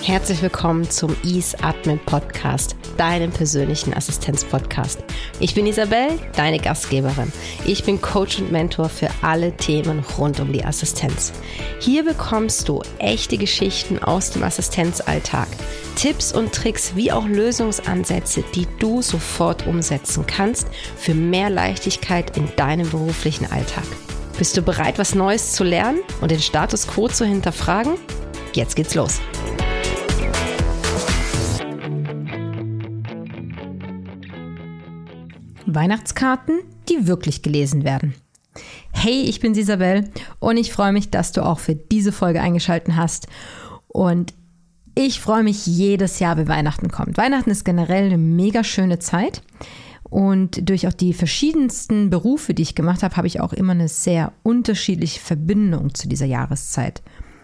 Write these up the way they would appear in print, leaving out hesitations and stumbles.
Herzlich willkommen zum Ease Admin Podcast, deinem persönlichen Assistenz-Podcast. Ich bin Isabel, deine Gastgeberin. Ich bin Coach und Mentor für alle Themen rund um die Assistenz. Hier bekommst du echte Geschichten aus dem Assistenzalltag, Tipps und Tricks wie auch Lösungsansätze, die du sofort umsetzen kannst für mehr Leichtigkeit in deinem beruflichen Alltag. Bist du bereit, was Neues zu lernen und den Status quo zu hinterfragen? Jetzt geht's los. Weihnachtskarten, die wirklich gelesen werden. Hey, ich bin Isabel und ich freue mich, dass du auch für diese Folge eingeschaltet hast. Und ich freue mich jedes Jahr, wenn Weihnachten kommt. Weihnachten ist generell eine mega schöne Zeit. Und durch auch die verschiedensten Berufe, die ich gemacht habe, habe ich auch immer eine sehr unterschiedliche Verbindung zu dieser Jahreszeit.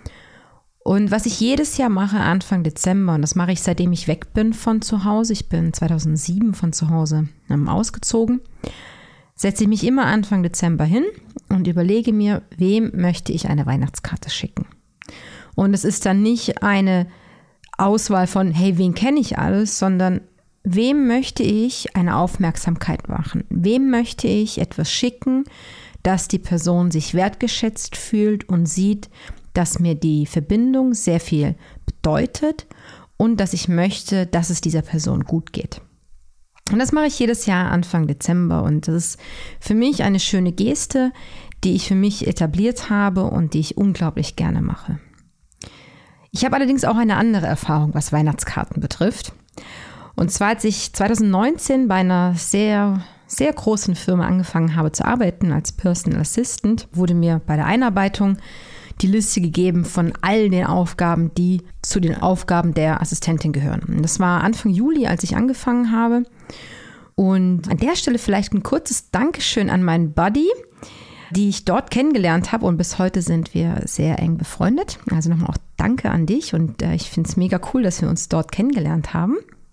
Und was ich jedes Jahr mache, Anfang Dezember, und das mache ich, seitdem ich weg bin von zu Hause, ich bin 2007 von zu Hause ausgezogen, setze ich mich immer Anfang Dezember hin und überlege mir, wem möchte ich eine Weihnachtskarte schicken. Und es ist dann nicht eine Auswahl von, hey, wen kenne ich alles, sondern wem möchte ich eine Aufmerksamkeit machen? Wem möchte ich etwas schicken, dass die Person sich wertgeschätzt fühlt und sieht, dass mir die Verbindung sehr viel bedeutet und dass ich möchte, dass es dieser Person gut geht. Und das mache ich jedes Jahr Anfang Dezember und das ist für mich eine schöne Geste, die ich für mich etabliert habe und die ich unglaublich gerne mache. Ich habe allerdings auch eine andere Erfahrung, was Weihnachtskarten betrifft. Und zwar, als ich 2019 bei einer sehr großen Firma angefangen habe zu arbeiten als Personal Assistant, wurde mir bei der Einarbeitung die Liste gegeben von all den Aufgaben, die zu den Aufgaben der Assistentin gehören. Und das war Anfang Juli, als ich angefangen habe. Und an der Stelle vielleicht ein kurzes Dankeschön an meinen Buddy, die ich dort kennengelernt habe. Und bis heute sind wir sehr eng befreundet. Also nochmal auch Danke an dich. Und ich finde es mega cool, dass wir uns dort kennengelernt haben.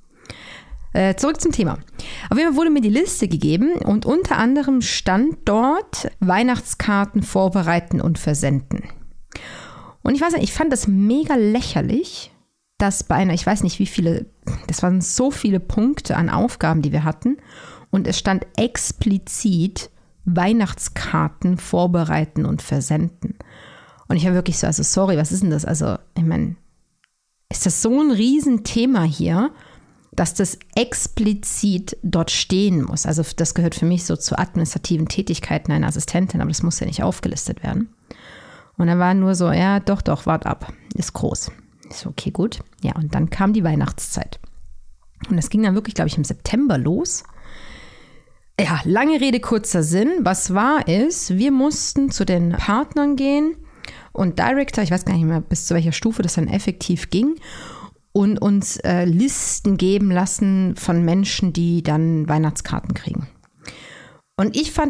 Zurück zum Thema. Auf jeden Fall wurde mir die Liste gegeben und unter anderem stand dort Weihnachtskarten vorbereiten und versenden. Und ich weiß nicht, ich fand das mega lächerlich, dass bei einer, ich weiß nicht wie viele, das waren so viele Punkte an Aufgaben, die wir hatten. Und es stand explizit Weihnachtskarten vorbereiten und versenden. Und ich war wirklich so, also sorry, was ist denn das? Also ich meine, ist das so ein Riesenthema hier, dass das explizit dort stehen muss? Also das gehört für mich so zu administrativen Tätigkeiten einer Assistentin, aber das muss ja nicht aufgelistet werden. Und dann war nur so, ja, doch, wart ab, ist groß. Ich so, okay, gut. Ja, und dann kam die Weihnachtszeit. Und das ging dann wirklich, glaube ich, im September los. Ja, lange Rede, kurzer Sinn. Was war es? Wir mussten zu den Partnern gehen und Director, ich weiß gar nicht mehr, bis zu welcher Stufe das dann effektiv ging, und uns Listen geben lassen von Menschen, die dann Weihnachtskarten kriegen. Und ich fand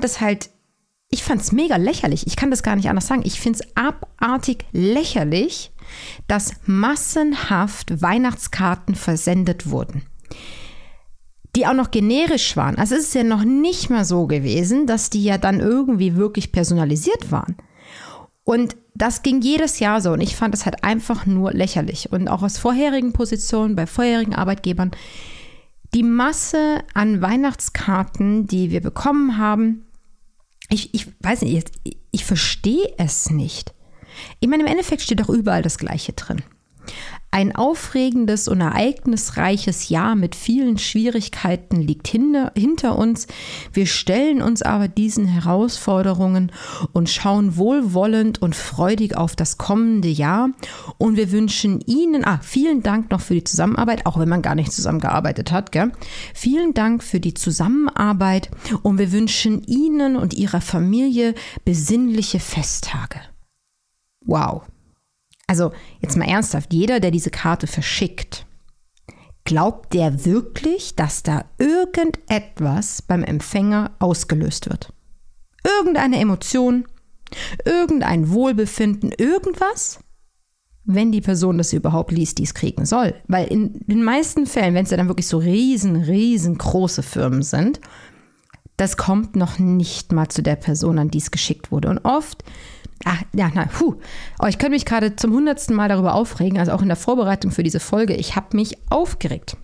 es mega lächerlich. Ich kann das gar nicht anders sagen. Ich finde es abartig lächerlich, dass massenhaft Weihnachtskarten versendet wurden, die auch noch generisch waren. Also es ist ja noch nicht mal so gewesen, dass die ja dann irgendwie wirklich personalisiert waren. Und das ging jedes Jahr so und ich fand es halt einfach nur lächerlich. Und auch aus vorherigen Positionen, bei vorherigen Arbeitgebern, die Masse an Weihnachtskarten, die wir bekommen haben, ich weiß nicht, ich verstehe es nicht. Ich meine, im Endeffekt steht doch überall das Gleiche drin. Ein aufregendes und ereignisreiches Jahr mit vielen Schwierigkeiten liegt hinter uns. Wir stellen uns aber diesen Herausforderungen und schauen wohlwollend und freudig auf das kommende Jahr. Und wir wünschen Ihnen, vielen Dank noch für die Zusammenarbeit, auch wenn man gar nicht zusammengearbeitet hat, gell? Vielen Dank für die Zusammenarbeit und wir wünschen Ihnen und Ihrer Familie besinnliche Festtage. Wow. Also jetzt mal ernsthaft, jeder, der diese Karte verschickt, glaubt der wirklich, dass da irgendetwas beim Empfänger ausgelöst wird? Irgendeine Emotion, irgendein Wohlbefinden, irgendwas? Wenn die Person das überhaupt liest, die es kriegen soll. Weil in den meisten Fällen, wenn es ja dann wirklich so riesengroße Firmen sind, das kommt noch nicht mal zu der Person, an die es geschickt wurde. Und oft ich könnte mich gerade zum 100. Mal darüber aufregen, also auch in der Vorbereitung für diese Folge. Ich habe mich aufgeregt.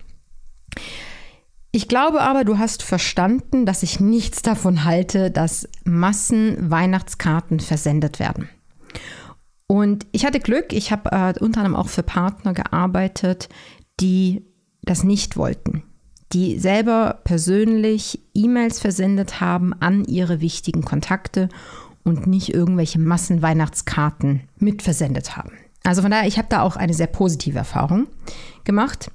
Ich glaube aber, du hast verstanden, dass ich nichts davon halte, dass Massen-Weihnachtskarten versendet werden. Und ich hatte Glück, ich habe unter anderem auch für Partner gearbeitet, die das nicht wollten, die selber persönlich E-Mails versendet haben an ihre wichtigen Kontakte und nicht irgendwelche Massenweihnachtskarten mitversendet haben. Also von daher, ich habe da auch eine sehr positive Erfahrung gemacht.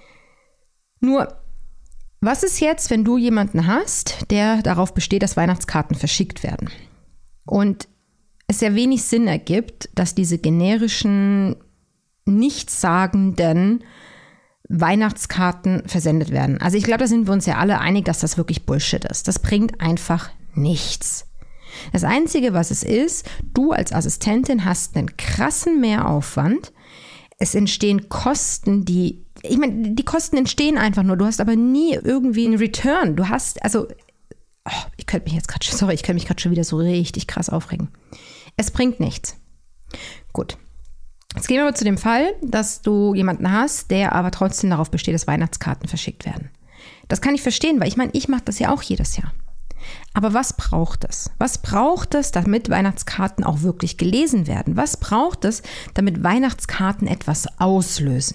Nur, was ist jetzt, wenn du jemanden hast, der darauf besteht, dass Weihnachtskarten verschickt werden? Und es sehr wenig Sinn ergibt, dass diese generischen, nichtssagenden Weihnachtskarten versendet werden. Also ich glaube, da sind wir uns ja alle einig, dass das wirklich Bullshit ist. Das bringt einfach nichts. Das Einzige, was es ist, du als Assistentin hast einen krassen Mehraufwand. Es entstehen Kosten, die Kosten entstehen einfach nur. Du hast aber nie irgendwie einen Return. Du hast, ich könnte mich gerade schon wieder so richtig krass aufregen. Es bringt nichts. Gut. Jetzt gehen wir aber zu dem Fall, dass du jemanden hast, der aber trotzdem darauf besteht, dass Weihnachtskarten verschickt werden. Das kann ich verstehen, weil ich mache das ja auch jedes Jahr. Aber was braucht es? Was braucht es, damit Weihnachtskarten auch wirklich gelesen werden? Was braucht es, damit Weihnachtskarten etwas auslösen?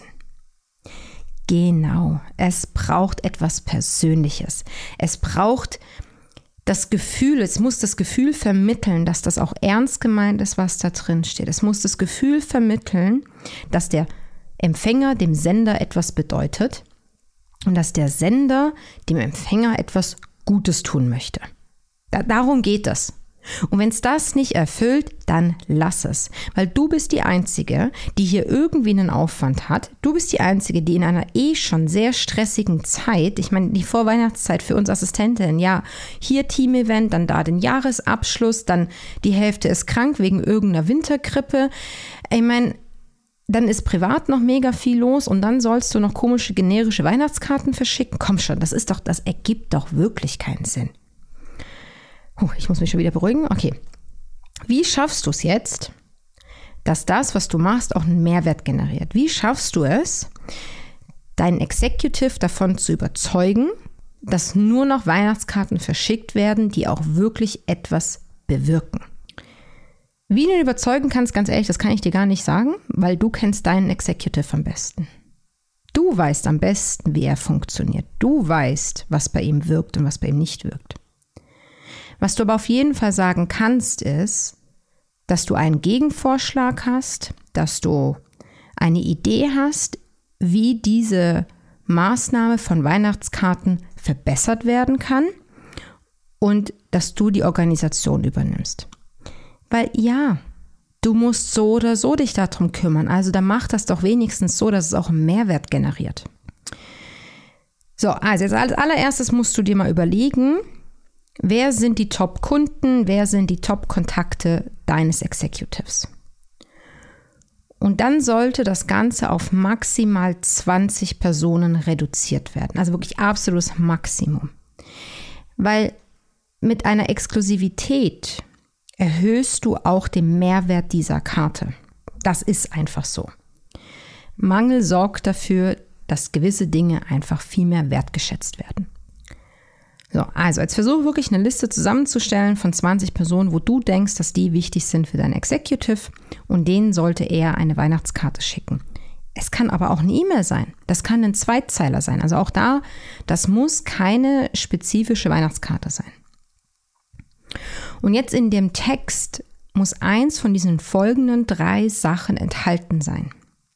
Genau, es braucht etwas Persönliches. Es braucht das Gefühl, es muss das Gefühl vermitteln, dass das auch ernst gemeint ist, was da drin steht. Es muss das Gefühl vermitteln, dass der Empfänger dem Sender etwas bedeutet und dass der Sender dem Empfänger etwas Gutes tun möchte. Darum geht es. Und wenn es das nicht erfüllt, dann lass es. Weil du bist die Einzige, die hier irgendwie einen Aufwand hat. Du bist die Einzige, die in einer schon sehr stressigen Zeit, ich meine die Vorweihnachtszeit für uns Assistentinnen, ja, hier Team-Event, dann da den Jahresabschluss, dann die Hälfte ist krank wegen irgendeiner Wintergrippe. Ich meine, dann ist privat noch mega viel los und dann sollst du noch komische generische Weihnachtskarten verschicken. Komm schon, das ergibt doch wirklich keinen Sinn. Ich muss mich schon wieder beruhigen. Okay. Wie schaffst du es jetzt, dass das, was du machst, auch einen Mehrwert generiert? Wie schaffst du es, deinen Executive davon zu überzeugen, dass nur noch Weihnachtskarten verschickt werden, die auch wirklich etwas bewirken? Wie du ihn überzeugen kannst, ganz ehrlich, das kann ich dir gar nicht sagen, weil du kennst deinen Executive am besten. Du weißt am besten, wie er funktioniert. Du weißt, was bei ihm wirkt und was bei ihm nicht wirkt. Was du aber auf jeden Fall sagen kannst, ist, dass du einen Gegenvorschlag hast, dass du eine Idee hast, wie diese Maßnahme von Weihnachtskarten verbessert werden kann und dass du die Organisation übernimmst. Weil ja, du musst so oder so dich darum kümmern. Also dann mach das doch wenigstens so, dass es auch einen Mehrwert generiert. So, also jetzt als allererstes musst du dir mal überlegen, wer sind die Top-Kunden, wer sind die Top-Kontakte deines Executives? Und dann sollte das Ganze auf maximal 20 Personen reduziert werden. Also wirklich absolutes Maximum. Weil mit einer Exklusivität erhöhst du auch den Mehrwert dieser Karte. Das ist einfach so. Mangel sorgt dafür, dass gewisse Dinge einfach viel mehr wertgeschätzt werden. So, also jetzt versuche wirklich eine Liste zusammenzustellen von 20 Personen, wo du denkst, dass die wichtig sind für deinen Executive und denen sollte er eine Weihnachtskarte schicken. Es kann aber auch eine E-Mail sein. Das kann ein Zweizeiler sein. Also auch da, das muss keine spezifische Weihnachtskarte sein. Und jetzt in dem Text muss eins von diesen folgenden 3 Sachen enthalten sein.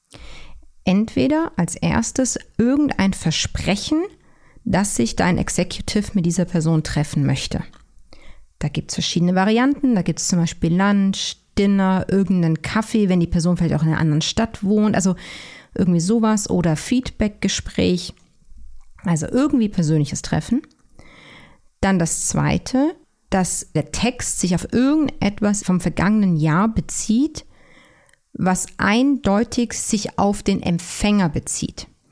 Entweder als erstes irgendein Versprechen, dass sich dein Executive mit dieser Person treffen möchte. Da gibt es verschiedene Varianten. Da gibt es zum Beispiel Lunch, Dinner, irgendeinen Kaffee, wenn die Person vielleicht auch in einer anderen Stadt wohnt. Also irgendwie sowas oder Feedback-Gespräch. Also irgendwie persönliches Treffen. Dann das Zweite, dass der Text sich auf irgendetwas vom vergangenen Jahr bezieht, was eindeutig sich auf den Empfänger bezieht.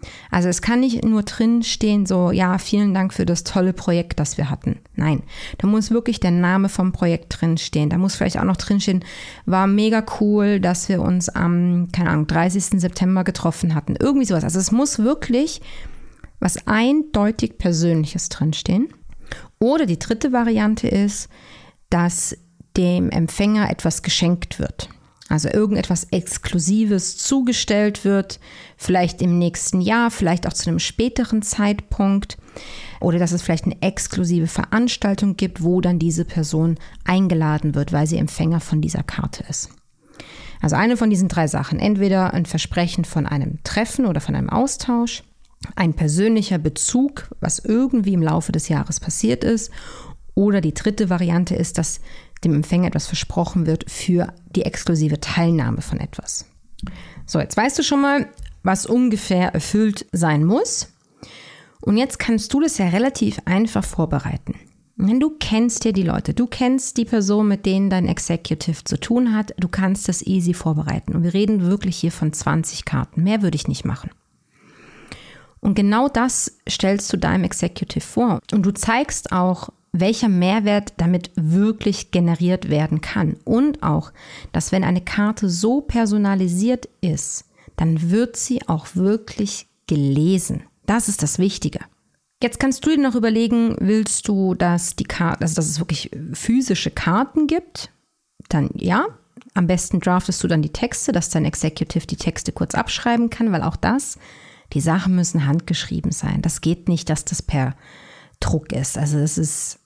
Also es kann nicht nur drin stehen, so, ja, vielen Dank für das tolle Projekt, das wir hatten. Nein, da muss wirklich der Name vom Projekt drin stehen. Da muss vielleicht auch noch drin stehen, war mega cool, dass wir uns am, 30. September getroffen hatten. Irgendwie sowas. Also es muss wirklich was eindeutig Persönliches drinstehen. Oder die dritte Variante ist, dass dem Empfänger etwas geschenkt wird. Also irgendetwas Exklusives zugestellt wird, vielleicht im nächsten Jahr, vielleicht auch zu einem späteren Zeitpunkt. Oder dass es vielleicht eine exklusive Veranstaltung gibt, wo dann diese Person eingeladen wird, weil sie Empfänger von dieser Karte ist. Also eine von diesen 3 Sachen. Entweder ein Versprechen von einem Treffen oder von einem Austausch, ein persönlicher Bezug, was irgendwie im Laufe des Jahres passiert ist. Oder die dritte Variante ist, dass dem Empfänger etwas versprochen wird für die exklusive Teilnahme von etwas. So, jetzt weißt du schon mal, was ungefähr erfüllt sein muss. Und jetzt kannst du das ja relativ einfach vorbereiten. Denn du kennst ja die Leute, du kennst die Person, mit denen dein Executive zu tun hat. Du kannst das easy vorbereiten. Und wir reden wirklich hier von 20 Karten. Mehr würde ich nicht machen. Und genau das stellst du deinem Executive vor. Und du zeigst auch, welcher Mehrwert damit wirklich generiert werden kann. Und auch, dass wenn eine Karte so personalisiert ist, dann wird sie auch wirklich gelesen. Das ist das Wichtige. Jetzt kannst du dir noch überlegen, willst du, dass die Karte, also dass es wirklich physische Karten gibt? Dann ja. Am besten draftest du dann die Texte, dass dein Executive die Texte kurz abschreiben kann, weil auch die Sachen müssen handgeschrieben sein. Das geht nicht, dass das per Druck ist. Also es ist,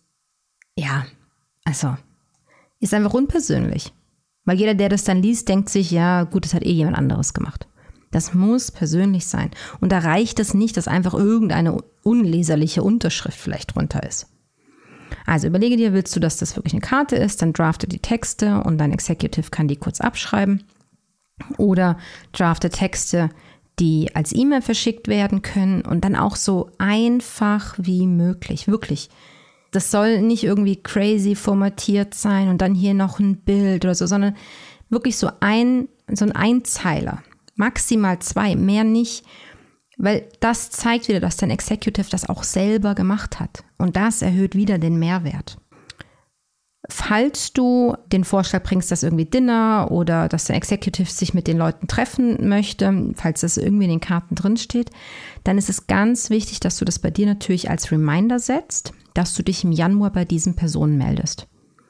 ist einfach unpersönlich. Weil jeder, der das dann liest, denkt sich, ja gut, das hat jemand anderes gemacht. Das muss persönlich sein. Und da reicht es nicht, dass einfach irgendeine unleserliche Unterschrift vielleicht drunter ist. Also überlege dir, willst du, dass das wirklich eine Karte ist, dann drafte die Texte und dein Executive kann die kurz abschreiben. Oder drafte Texte, die als E-Mail verschickt werden können und dann auch so einfach wie möglich. Wirklich. Das soll nicht irgendwie crazy formatiert sein und dann hier noch ein Bild oder so, sondern wirklich so ein Einzeiler. Maximal 2, mehr nicht. Weil das zeigt wieder, dass dein Executive das auch selber gemacht hat. Und das erhöht wieder den Mehrwert. Falls du den Vorschlag bringst, dass irgendwie Dinner oder dass der Executive sich mit den Leuten treffen möchte, falls das irgendwie in den Karten drin steht, dann ist es ganz wichtig, dass du das bei dir natürlich als Reminder setzt, dass du dich im Januar bei diesen Personen meldest.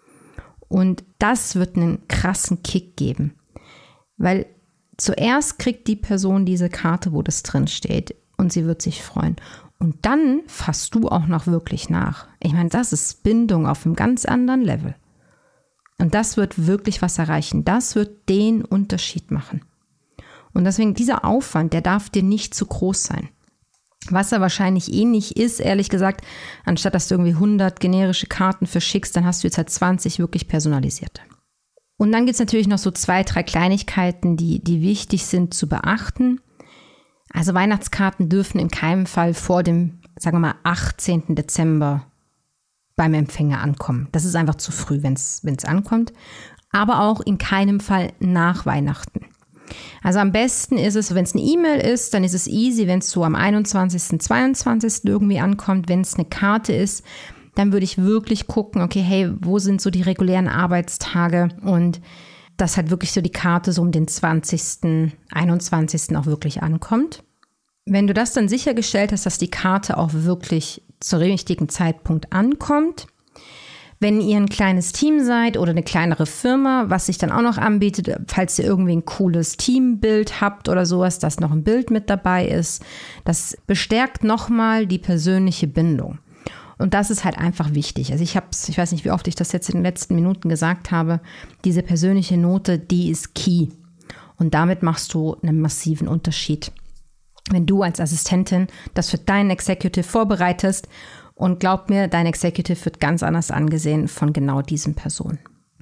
Und das wird einen krassen Kick geben, weil zuerst kriegt die Person diese Karte, wo das drin steht und sie wird sich freuen. Und dann fasst du auch noch wirklich nach. Ich meine, das ist Bindung auf einem ganz anderen Level. Und das wird wirklich was erreichen. Das wird den Unterschied machen. Und deswegen dieser Aufwand, der darf dir nicht zu groß sein. Was er wahrscheinlich nicht ist, ehrlich gesagt, anstatt dass du irgendwie 100 generische Karten verschickst, dann hast du jetzt halt 20 wirklich personalisierte. Und dann gibt es natürlich noch so 2, 3 Kleinigkeiten, die wichtig sind zu beachten. Also Weihnachtskarten dürfen in keinem Fall vor dem, sagen wir mal, 18. Dezember beim Empfänger ankommen. Das ist einfach zu früh, wenn es ankommt. Aber auch in keinem Fall nach Weihnachten. Also am besten ist es, wenn es eine E-Mail ist, dann ist es easy, wenn es so am 21., 22. irgendwie ankommt. Wenn es eine Karte ist, dann würde ich wirklich gucken, okay, hey, wo sind so die regulären Arbeitstage? Und dass halt wirklich so die Karte so um den 20., 21. auch wirklich ankommt. Wenn du das dann sichergestellt hast, dass die Karte auch wirklich zum richtigen Zeitpunkt ankommt, wenn ihr ein kleines Team seid oder eine kleinere Firma, was sich dann auch noch anbietet, falls ihr irgendwie ein cooles Teambild habt oder sowas, dass noch ein Bild mit dabei ist, das bestärkt nochmal die persönliche Bindung. Und das ist halt einfach wichtig. Also ich weiß nicht, wie oft ich das jetzt in den letzten Minuten gesagt habe, diese persönliche Note, die ist key. Und damit machst du einen massiven Unterschied. Wenn du als Assistentin das für deinen Executive vorbereitest und glaub mir, dein Executive wird ganz anders angesehen von genau diesen Personen.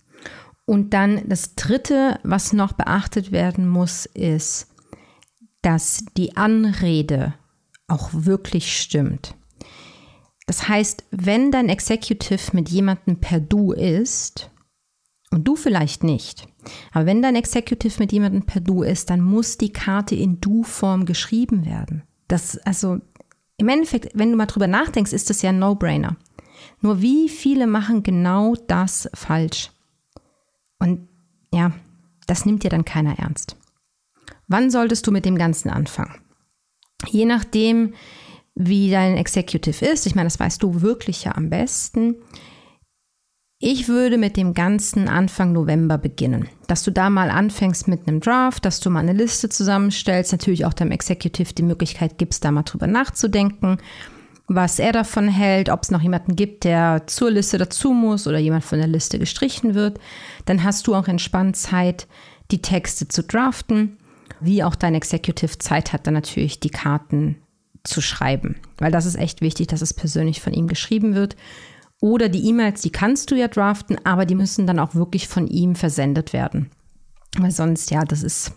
Und dann das Dritte, was noch beachtet werden muss, ist, dass die Anrede auch wirklich stimmt. Das heißt, wenn dein Executive mit jemandem per Du ist und du vielleicht nicht, aber wenn dein Executive mit jemandem per Du ist, dann muss die Karte in Du-Form geschrieben werden. Also im Endeffekt, wenn du mal drüber nachdenkst, ist das ja ein No-Brainer. Nur wie viele machen genau das falsch? Und ja, das nimmt dir dann keiner ernst. Wann solltest du mit dem Ganzen anfangen? Je nachdem, wie dein Executive ist, ich meine, das weißt du wirklich ja am besten. Ich würde mit dem Ganzen Anfang November beginnen. Dass du da mal anfängst mit einem Draft, dass du mal eine Liste zusammenstellst, natürlich auch deinem Executive die Möglichkeit gibst, da mal drüber nachzudenken, was er davon hält, ob es noch jemanden gibt, der zur Liste dazu muss oder jemand von der Liste gestrichen wird. Dann hast du auch entspannt Zeit, die Texte zu draften, wie auch dein Executive Zeit hat, dann natürlich die Karten zu schreiben. Weil das ist echt wichtig, dass es persönlich von ihm geschrieben wird. Oder die E-Mails, die kannst du ja draften, aber die müssen dann auch wirklich von ihm versendet werden. Weil sonst, ja,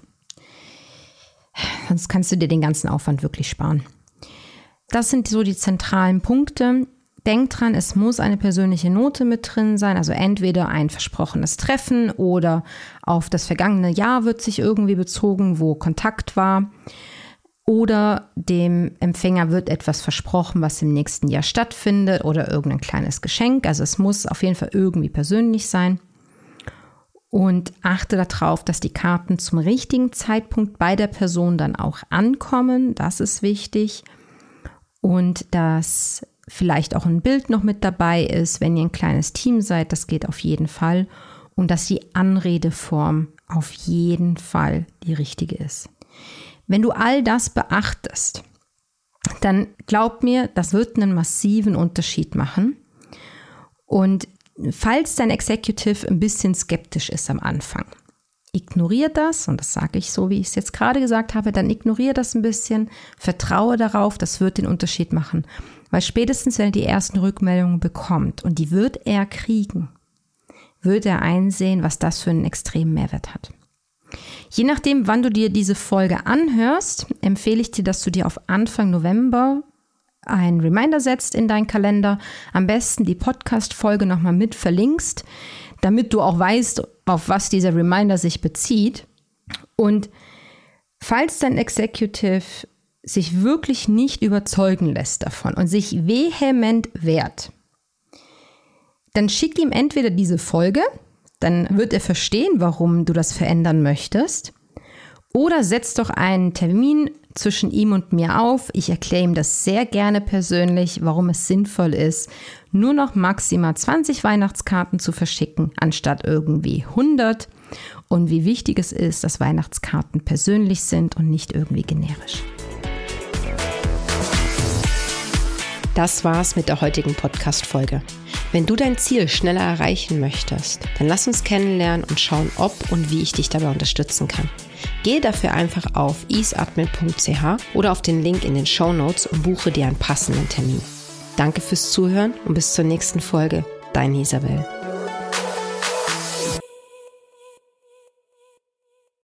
sonst kannst du dir den ganzen Aufwand wirklich sparen. Das sind so die zentralen Punkte. Denk dran, es muss eine persönliche Note mit drin sein, also entweder ein versprochenes Treffen oder auf das vergangene Jahr wird sich irgendwie bezogen, wo Kontakt war. Oder dem Empfänger wird etwas versprochen, was im nächsten Jahr stattfindet oder irgendein kleines Geschenk. Also es muss auf jeden Fall irgendwie persönlich sein. Und achte darauf, dass die Karten zum richtigen Zeitpunkt bei der Person dann auch ankommen. Das ist wichtig. Und dass vielleicht auch ein Bild noch mit dabei ist, wenn ihr ein kleines Team seid. Das geht auf jeden Fall. Und dass die Anredeform auf jeden Fall die richtige ist. Wenn du all das beachtest, dann glaub mir, das wird einen massiven Unterschied machen. Und falls dein Executive ein bisschen skeptisch ist am Anfang, ignoriere das, und das sage ich so, wie ich es jetzt gerade gesagt habe, dann ignoriere das ein bisschen, vertraue darauf, das wird den Unterschied machen. Weil spätestens, wenn er die ersten Rückmeldungen bekommt, und die wird er kriegen, wird er einsehen, was das für einen extremen Mehrwert hat. Je nachdem, wann du dir diese Folge anhörst, empfehle ich dir, dass du dir auf Anfang November einen Reminder setzt in deinen Kalender. Am besten die Podcast-Folge nochmal mit verlinkst, damit du auch weißt, auf was dieser Reminder sich bezieht. Und falls dein Executive sich wirklich nicht überzeugen lässt davon und sich vehement wehrt, dann schick ihm entweder diese Folge, dann wird er verstehen, warum du das verändern möchtest. Oder setz doch einen Termin zwischen ihm und mir auf. Ich erkläre ihm das sehr gerne persönlich, warum es sinnvoll ist, nur noch maximal 20 Weihnachtskarten zu verschicken, anstatt irgendwie 100. Und wie wichtig es ist, dass Weihnachtskarten persönlich sind und nicht irgendwie generisch. Das war's mit der heutigen Podcast-Folge. Wenn du dein Ziel schneller erreichen möchtest, dann lass uns kennenlernen und schauen, ob und wie ich dich dabei unterstützen kann. Gehe dafür einfach auf easeadmin.ch oder auf den Link in den Shownotes und buche dir einen passenden Termin. Danke fürs Zuhören und bis zur nächsten Folge. Deine Isabel.